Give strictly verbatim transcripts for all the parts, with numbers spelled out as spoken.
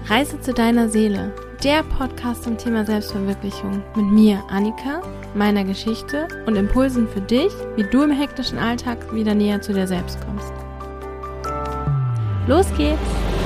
Reise zu deiner Seele, der Podcast zum Thema Selbstverwirklichung mit mir, Annika, meiner Geschichte und Impulsen für dich, wie du im hektischen Alltag wieder näher zu dir selbst kommst. Los geht's!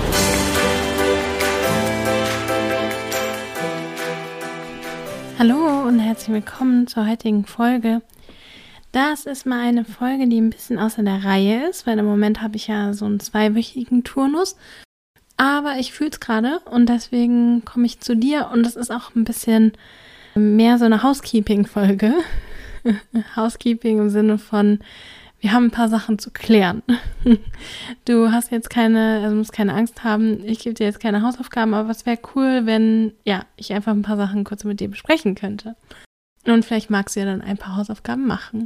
Hallo und herzlich willkommen zur heutigen Folge. Das ist mal eine Folge, die ein bisschen außer der Reihe ist, weil im Moment habe ich ja so einen zweiwöchigen Turnus. Aber ich fühle es gerade und deswegen komme ich zu dir und das ist auch ein bisschen mehr so eine Housekeeping-Folge. Housekeeping im Sinne von, wir haben ein paar Sachen zu klären. Du hast jetzt keine, also musst keine Angst haben, ich gebe dir jetzt keine Hausaufgaben, aber es wäre cool, wenn ja, ich einfach ein paar Sachen kurz mit dir besprechen könnte. Und vielleicht magst du ja dann ein paar Hausaufgaben machen.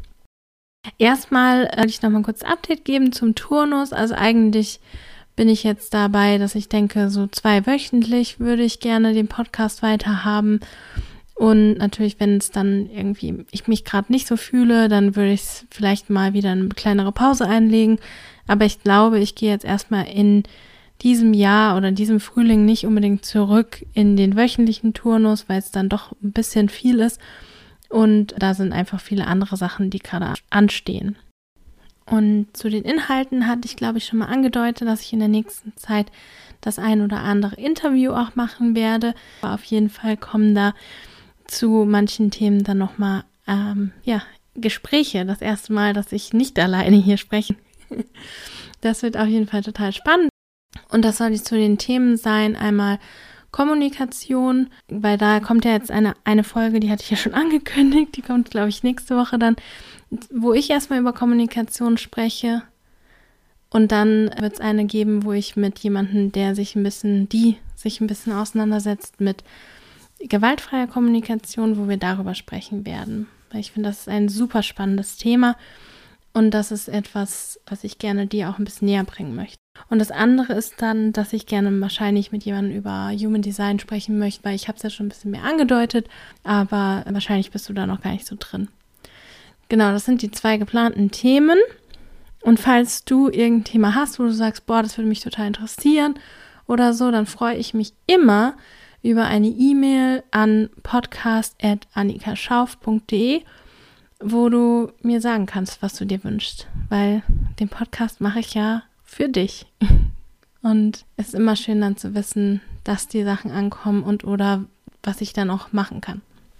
Erstmal will ich nochmal kurz ein Update geben zum Turnus. Also eigentlich bin ich jetzt dabei, dass ich denke, so zweiwöchentlich würde ich gerne den Podcast weiter haben. Und natürlich, wenn es dann irgendwie, ich mich gerade nicht so fühle, dann würde ich vielleicht mal wieder eine kleinere Pause einlegen. Aber ich glaube, ich gehe jetzt erstmal in diesem Jahr oder diesem Frühling nicht unbedingt zurück in den wöchentlichen Turnus, weil es dann doch ein bisschen viel ist. Und da sind einfach viele andere Sachen, die gerade anstehen. Und zu den Inhalten hatte ich, glaube ich, schon mal angedeutet, dass ich in der nächsten Zeit das ein oder andere Interview auch machen werde. Aber auf jeden Fall kommen da zu manchen Themen dann nochmal ähm, ja, Gespräche. Das erste Mal, dass ich nicht alleine hier spreche. Das wird auf jeden Fall total spannend. Und das soll jetzt zu den Themen sein, einmal Kommunikation, weil da kommt ja jetzt eine, eine Folge, die hatte ich ja schon angekündigt, die kommt, glaube ich, nächste Woche dann, wo ich erstmal über Kommunikation spreche und dann wird es eine geben, wo ich mit jemandem, der sich ein bisschen, die sich ein bisschen auseinandersetzt mit gewaltfreier Kommunikation, wo wir darüber sprechen werden. Weil ich finde, das ist ein super spannendes Thema und das ist etwas, was ich gerne dir auch ein bisschen näher bringen möchte. Und das andere ist dann, dass ich gerne wahrscheinlich mit jemandem über Human Design sprechen möchte, weil ich habe es ja schon ein bisschen mehr angedeutet, aber wahrscheinlich bist du da noch gar nicht so drin. Genau, das sind die zwei geplanten Themen. Und falls du irgendein Thema hast, wo du sagst, boah, das würde mich total interessieren oder so, dann freue ich mich immer über eine E-Mail an podcast at annikaschauf punkt de, wo du mir sagen kannst, was du dir wünschst, weil den Podcast mache ich ja für dich. Und es ist immer schön dann zu wissen, dass die Sachen ankommen und oder was ich dann auch machen kann.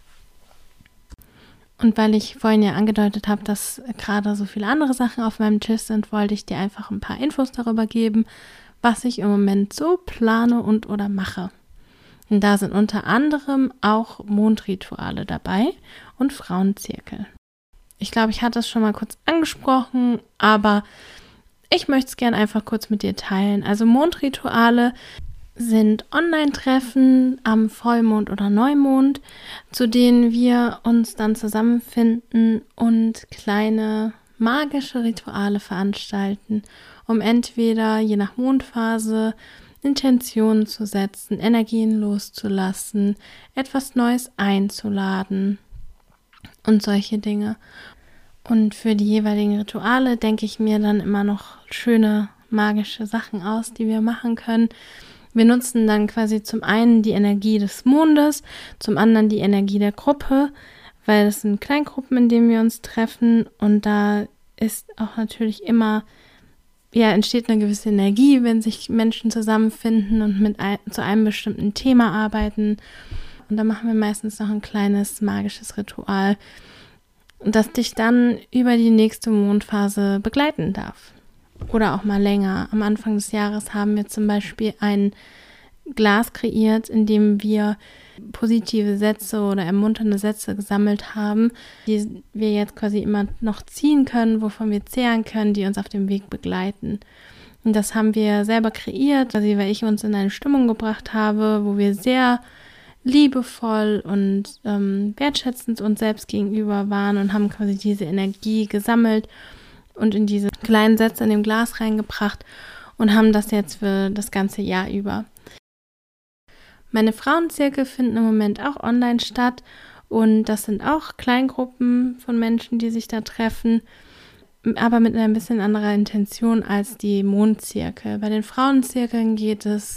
Und weil ich vorhin ja angedeutet habe, dass gerade so viele andere Sachen auf meinem Tisch sind, wollte ich dir einfach ein paar Infos darüber geben, was ich im Moment so plane und oder mache. Und da sind unter anderem auch Mondrituale dabei und Frauenzirkel. Ich glaube, ich hatte es schon mal kurz angesprochen, aber ich möchte es gerne einfach kurz mit dir teilen. Also Mondrituale sind Online-Treffen am Vollmond oder Neumond, zu denen wir uns dann zusammenfinden und kleine magische Rituale veranstalten, um entweder je nach Mondphase Intentionen zu setzen, Energien loszulassen, etwas Neues einzuladen und solche Dinge. Und für die jeweiligen Rituale denke ich mir dann immer noch schöne magische Sachen aus, die wir machen können. Wir nutzen dann quasi zum einen die Energie des Mondes, zum anderen die Energie der Gruppe, weil es sind Kleingruppen, in denen wir uns treffen und da ist auch natürlich immer, ja, entsteht eine gewisse Energie, wenn sich Menschen zusammenfinden und mit ein, zu einem bestimmten Thema arbeiten. Und da machen wir meistens noch ein kleines magisches Ritual, das dich dann über die nächste Mondphase begleiten darf. Oder auch mal länger. Am Anfang des Jahres haben wir zum Beispiel ein Glas kreiert, in dem wir positive Sätze oder ermunternde Sätze gesammelt haben, die wir jetzt quasi immer noch ziehen können, wovon wir zehren können, die uns auf dem Weg begleiten. Und das haben wir selber kreiert, also weil ich uns in eine Stimmung gebracht habe, wo wir sehr liebevoll und ähm, wertschätzend uns selbst gegenüber waren und haben quasi diese Energie gesammelt und in diese kleinen Sätze in dem Glas reingebracht und haben das jetzt für das ganze Jahr über. Meine Frauenzirkel finden im Moment auch online statt und das sind auch Kleingruppen von Menschen, die sich da treffen, aber mit einer bisschen anderer Intention als die Mondzirkel. Bei den Frauenzirkeln geht es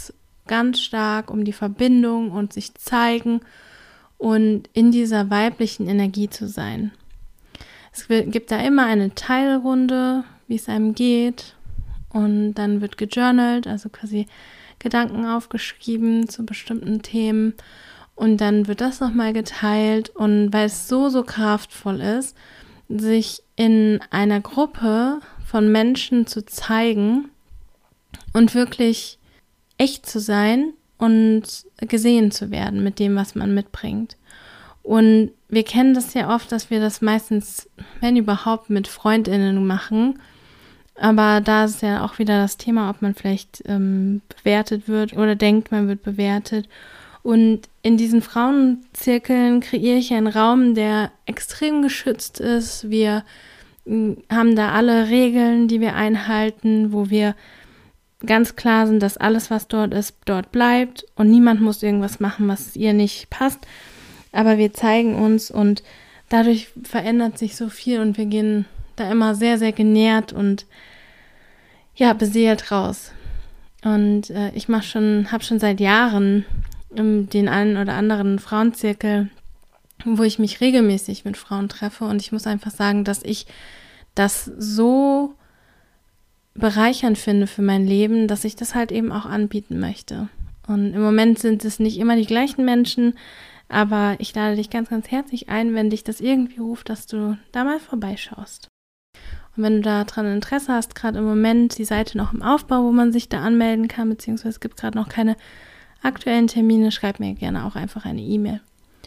ganz stark um die Verbindung und sich zeigen und in dieser weiblichen Energie zu sein. Es gibt da immer eine Teilrunde, wie es einem geht, und dann wird gejournalt, also quasi Gedanken aufgeschrieben zu bestimmten Themen, und dann wird das nochmal geteilt, und weil es so, so kraftvoll ist, sich in einer Gruppe von Menschen zu zeigen und wirklich echt zu sein und gesehen zu werden mit dem, was man mitbringt. Und wir kennen das ja oft, dass wir das meistens, wenn überhaupt, mit FreundInnen machen. Aber da ist ja auch wieder das Thema, ob man vielleicht ähm, bewertet wird oder denkt, man wird bewertet. Und in diesen Frauenzirkeln kreiere ich einen Raum, der extrem geschützt ist. Wir mh, haben da alle Regeln, die wir einhalten, wo wir ganz klar sind, dass alles, was dort ist, dort bleibt. Und niemand muss irgendwas machen, was ihr nicht passt. Aber wir zeigen uns, und dadurch verändert sich so viel, und wir gehen da immer sehr, sehr genährt und ja, beseelt raus. Und äh, ich mache schon, habe schon seit Jahren ähm, den einen oder anderen Frauenzirkel, wo ich mich regelmäßig mit Frauen treffe, und ich muss einfach sagen, dass ich das so bereichernd finde für mein Leben, dass ich das halt eben auch anbieten möchte. Und im Moment sind es nicht immer die gleichen Menschen, aber ich lade dich ganz, ganz herzlich ein, wenn dich das irgendwie ruft, dass du da mal vorbeischaust. Und wenn du daran Interesse hast, gerade im Moment die Seite noch im Aufbau, wo man sich da anmelden kann, beziehungsweise es gibt gerade noch keine aktuellen Termine, schreib mir gerne auch einfach eine E-Mail.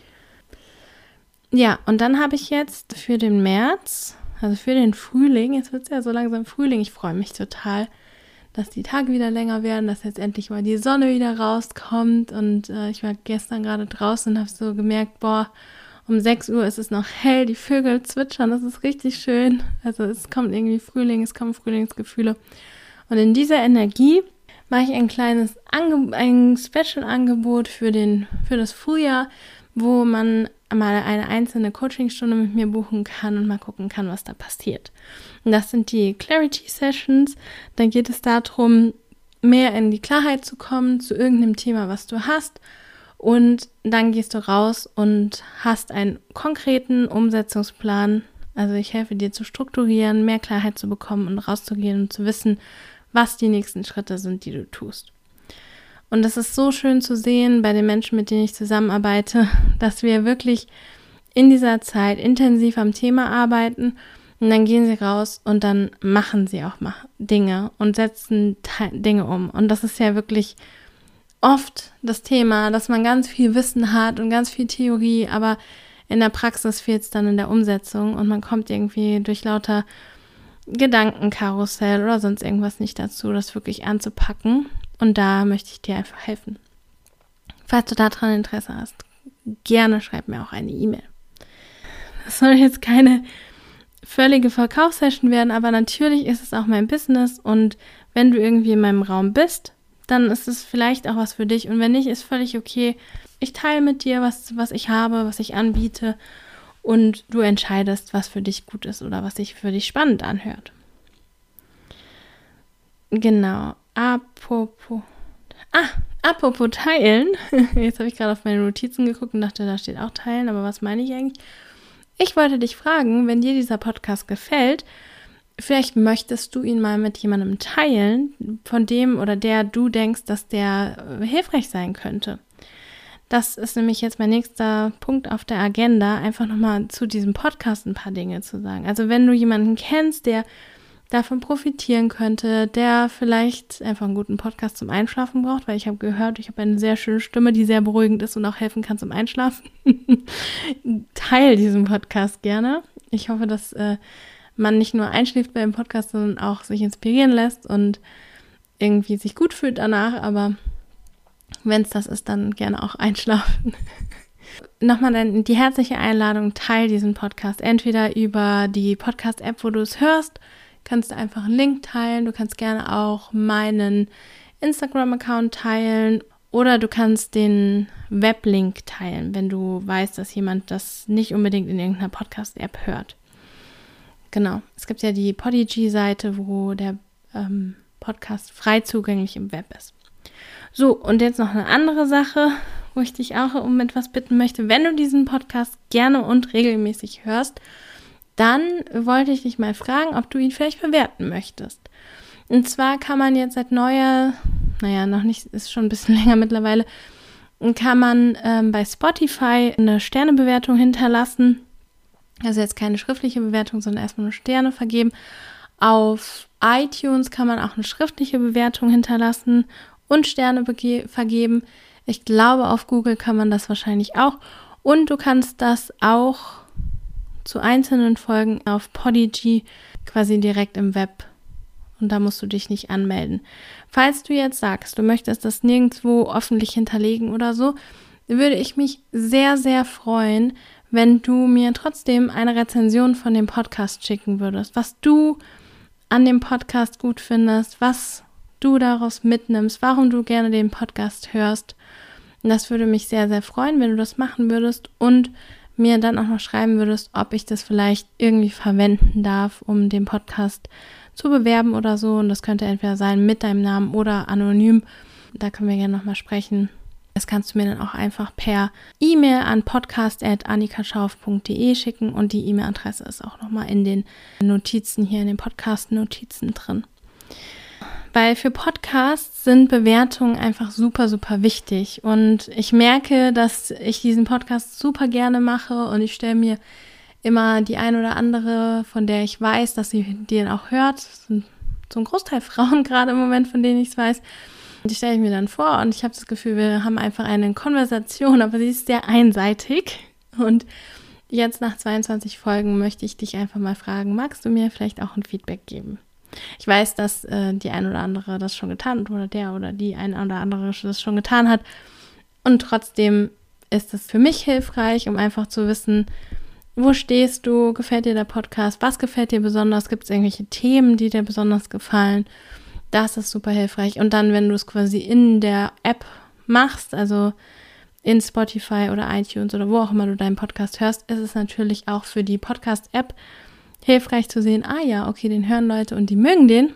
Ja, und dann habe ich jetzt für den März, also für den Frühling, jetzt wird es ja so langsam Frühling, ich freue mich total, dass die Tage wieder länger werden, dass jetzt endlich mal die Sonne wieder rauskommt, und äh, ich war gestern gerade draußen und habe so gemerkt, boah, um sechs Uhr ist es noch hell, die Vögel zwitschern, das ist richtig schön, also es kommt irgendwie Frühling, es kommen Frühlingsgefühle, und in dieser Energie mache ich ein kleines Ange- ein Special-Angebot für den für das Frühjahr, wo man mal eine einzelne Coachingstunde mit mir buchen kann und mal gucken kann, was da passiert. Und das sind die Clarity Sessions. Da geht es darum, mehr in die Klarheit zu kommen zu irgendeinem Thema, was du hast. Und dann gehst du raus und hast einen konkreten Umsetzungsplan. Also ich helfe dir zu strukturieren, mehr Klarheit zu bekommen und rauszugehen und zu wissen, was die nächsten Schritte sind, die du tust. Und das ist so schön zu sehen bei den Menschen, mit denen ich zusammenarbeite, dass wir wirklich in dieser Zeit intensiv am Thema arbeiten, und dann gehen sie raus und dann machen sie auch mal Dinge und setzen Dinge um. Und das ist ja wirklich oft das Thema, dass man ganz viel Wissen hat und ganz viel Theorie, aber in der Praxis fehlt es dann in der Umsetzung, und man kommt irgendwie durch lauter Gedankenkarussell oder sonst irgendwas nicht dazu, das wirklich anzupacken. Und da möchte ich dir einfach helfen. Falls du daran Interesse hast, gerne schreib mir auch eine E-Mail. Das soll jetzt keine völlige Verkaufssession werden, aber natürlich ist es auch mein Business, und wenn du irgendwie in meinem Raum bist, dann ist es vielleicht auch was für dich, und wenn nicht, ist völlig okay. Ich teile mit dir, was, was ich habe, was ich anbiete, und du entscheidest, was für dich gut ist oder was sich für dich spannend anhört. Genau. Apropos, ah, apropos teilen. Jetzt habe ich gerade auf meine Notizen geguckt und dachte, da steht auch teilen, aber was meine ich eigentlich? Ich wollte dich fragen, wenn dir dieser Podcast gefällt, vielleicht möchtest du ihn mal mit jemandem teilen, von dem oder der du denkst, dass der hilfreich sein könnte. Das ist nämlich jetzt mein nächster Punkt auf der Agenda, einfach nochmal zu diesem Podcast ein paar Dinge zu sagen. Also wenn du jemanden kennst, der davon profitieren könnte, der vielleicht einfach einen guten Podcast zum Einschlafen braucht, weil ich habe gehört, ich habe eine sehr schöne Stimme, die sehr beruhigend ist und auch helfen kann zum Einschlafen. Teil diesen Podcast gerne. Ich hoffe, dass äh, man nicht nur einschläft beim Podcast, sondern auch sich inspirieren lässt und irgendwie sich gut fühlt danach, aber wenn es das ist, dann gerne auch einschlafen. Nochmal dann die herzliche Einladung, teil diesen Podcast, entweder über die Podcast-App, wo du es hörst, kannst du einfach einen Link teilen, du kannst gerne auch meinen Instagram-Account teilen oder du kannst den Weblink teilen, wenn du weißt, dass jemand das nicht unbedingt in irgendeiner Podcast-App hört. Genau, es gibt ja die Podigy-Seite, wo der ähm, Podcast frei zugänglich im Web ist. So, und jetzt noch eine andere Sache, wo ich dich auch um etwas bitten möchte. Wenn du diesen Podcast gerne und regelmäßig hörst, dann wollte ich dich mal fragen, ob du ihn vielleicht bewerten möchtest. Und zwar kann man jetzt seit neuer, naja, noch nicht, ist schon ein bisschen länger mittlerweile, kann man ähm, bei Spotify eine Sternebewertung hinterlassen. Also jetzt keine schriftliche Bewertung, sondern erstmal nur Sterne vergeben. Auf iTunes kann man auch eine schriftliche Bewertung hinterlassen und Sterne bege- vergeben. Ich glaube, auf Google kann man das wahrscheinlich auch. Und du kannst das auch zu einzelnen Folgen auf Podigy quasi direkt im Web. Und da musst du dich nicht anmelden. Falls du jetzt sagst, du möchtest das nirgendwo öffentlich hinterlegen oder so, würde ich mich sehr, sehr freuen, wenn du mir trotzdem eine Rezension von dem Podcast schicken würdest. Was du an dem Podcast gut findest, was du daraus mitnimmst, warum du gerne den Podcast hörst. Und das würde mich sehr, sehr freuen, wenn du das machen würdest und mir dann auch noch schreiben würdest, ob ich das vielleicht irgendwie verwenden darf, um den Podcast zu bewerben oder so. Und das könnte entweder sein mit deinem Namen oder anonym. Da können wir gerne nochmal sprechen. Das kannst du mir dann auch einfach per E-Mail an podcast at annikaschauf punkt de schicken und die E-Mail-Adresse ist auch nochmal in den Notizen hier, in den Podcast-Notizen drin. Weil für Podcasts sind Bewertungen einfach super, super wichtig. Und ich merke, dass ich diesen Podcast super gerne mache und ich stelle mir immer die ein oder andere, von der ich weiß, dass sie den auch hört. Das sind zum Großteil Frauen gerade im Moment, von denen ich es weiß. Und die stelle ich mir dann vor und ich habe das Gefühl, wir haben einfach eine Konversation, aber sie ist sehr einseitig. Und jetzt nach zweiundzwanzig Folgen möchte ich dich einfach mal fragen, magst du mir vielleicht auch ein Feedback geben? Ich weiß, dass äh, die ein oder andere das schon getan hat oder der oder die ein oder andere das schon getan hat. Und trotzdem ist es für mich hilfreich, um einfach zu wissen, wo stehst du, gefällt dir der Podcast, was gefällt dir besonders, gibt es irgendwelche Themen, die dir besonders gefallen. Das ist super hilfreich. Und dann, wenn du es quasi in der App machst, also in Spotify oder iTunes oder wo auch immer du deinen Podcast hörst, ist es natürlich auch für die Podcast-App hilfreich zu sehen, ah ja, okay, den hören Leute und die mögen den.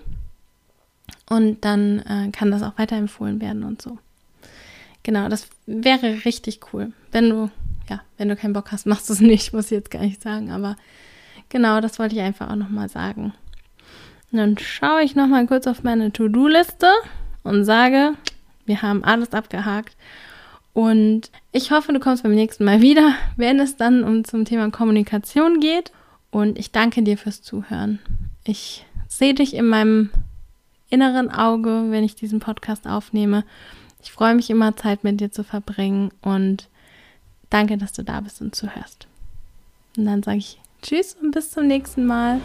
Und dann äh, kann das auch weiterempfohlen werden und so. Genau, das wäre richtig cool. Wenn du, ja, wenn du keinen Bock hast, machst du es nicht, muss ich jetzt gar nicht sagen. Aber genau, das wollte ich einfach auch nochmal sagen. Und dann schaue ich nochmal kurz auf meine To-Do-Liste und sage, wir haben alles abgehakt. Und ich hoffe, du kommst beim nächsten Mal wieder, wenn es dann um zum Thema Kommunikation geht. Und ich danke dir fürs Zuhören. Ich sehe dich in meinem inneren Auge, wenn ich diesen Podcast aufnehme. Ich freue mich immer, Zeit mit dir zu verbringen. Und danke, dass du da bist und zuhörst. Und dann sage ich Tschüss und bis zum nächsten Mal.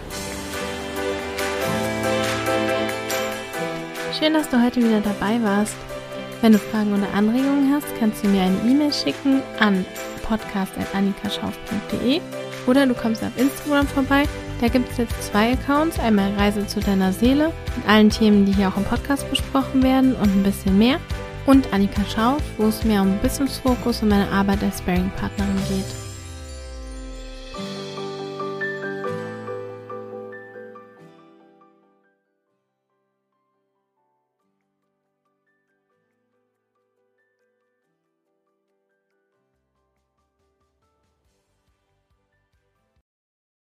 Schön, dass du heute wieder dabei warst. Wenn du Fragen oder Anregungen hast, kannst du mir eine E-Mail schicken an podcast at annikaschauf punkt de oder du kommst auf Instagram vorbei. Da gibt es jetzt zwei Accounts, einmal Reise zu deiner Seele mit allen Themen, die hier auch im Podcast besprochen werden und ein bisschen mehr. Und Annika Schauf, wo es mehr um Business-Fokus und meine Arbeit als Sparring-Partnerin geht.